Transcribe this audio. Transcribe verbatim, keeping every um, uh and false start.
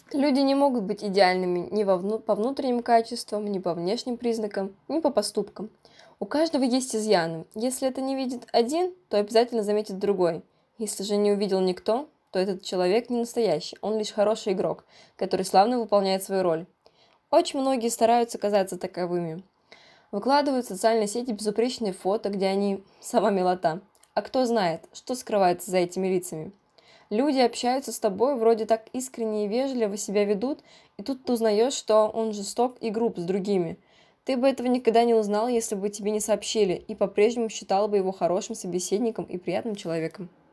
Люди не могут быть идеальными ни во вну- по внутренним качествам, ни по внешним признакам, ни по поступкам. У каждого есть изъяны. Если это не видит один, то обязательно заметит другой. Если же не увидел никто, то этот человек не настоящий, он лишь хороший игрок, который славно выполняет свою роль. Очень многие стараются казаться таковыми. Выкладывают в социальные сети безупречные фото, где они сама милота. А кто знает, что скрывается за этими лицами? Люди общаются с тобой, вроде так искренне и вежливо себя ведут, и тут ты узнаешь, что он жесток и груб с другими. Ты бы этого никогда не узнал, если бы тебе не сообщили, и по-прежнему считал бы его хорошим собеседником и приятным человеком.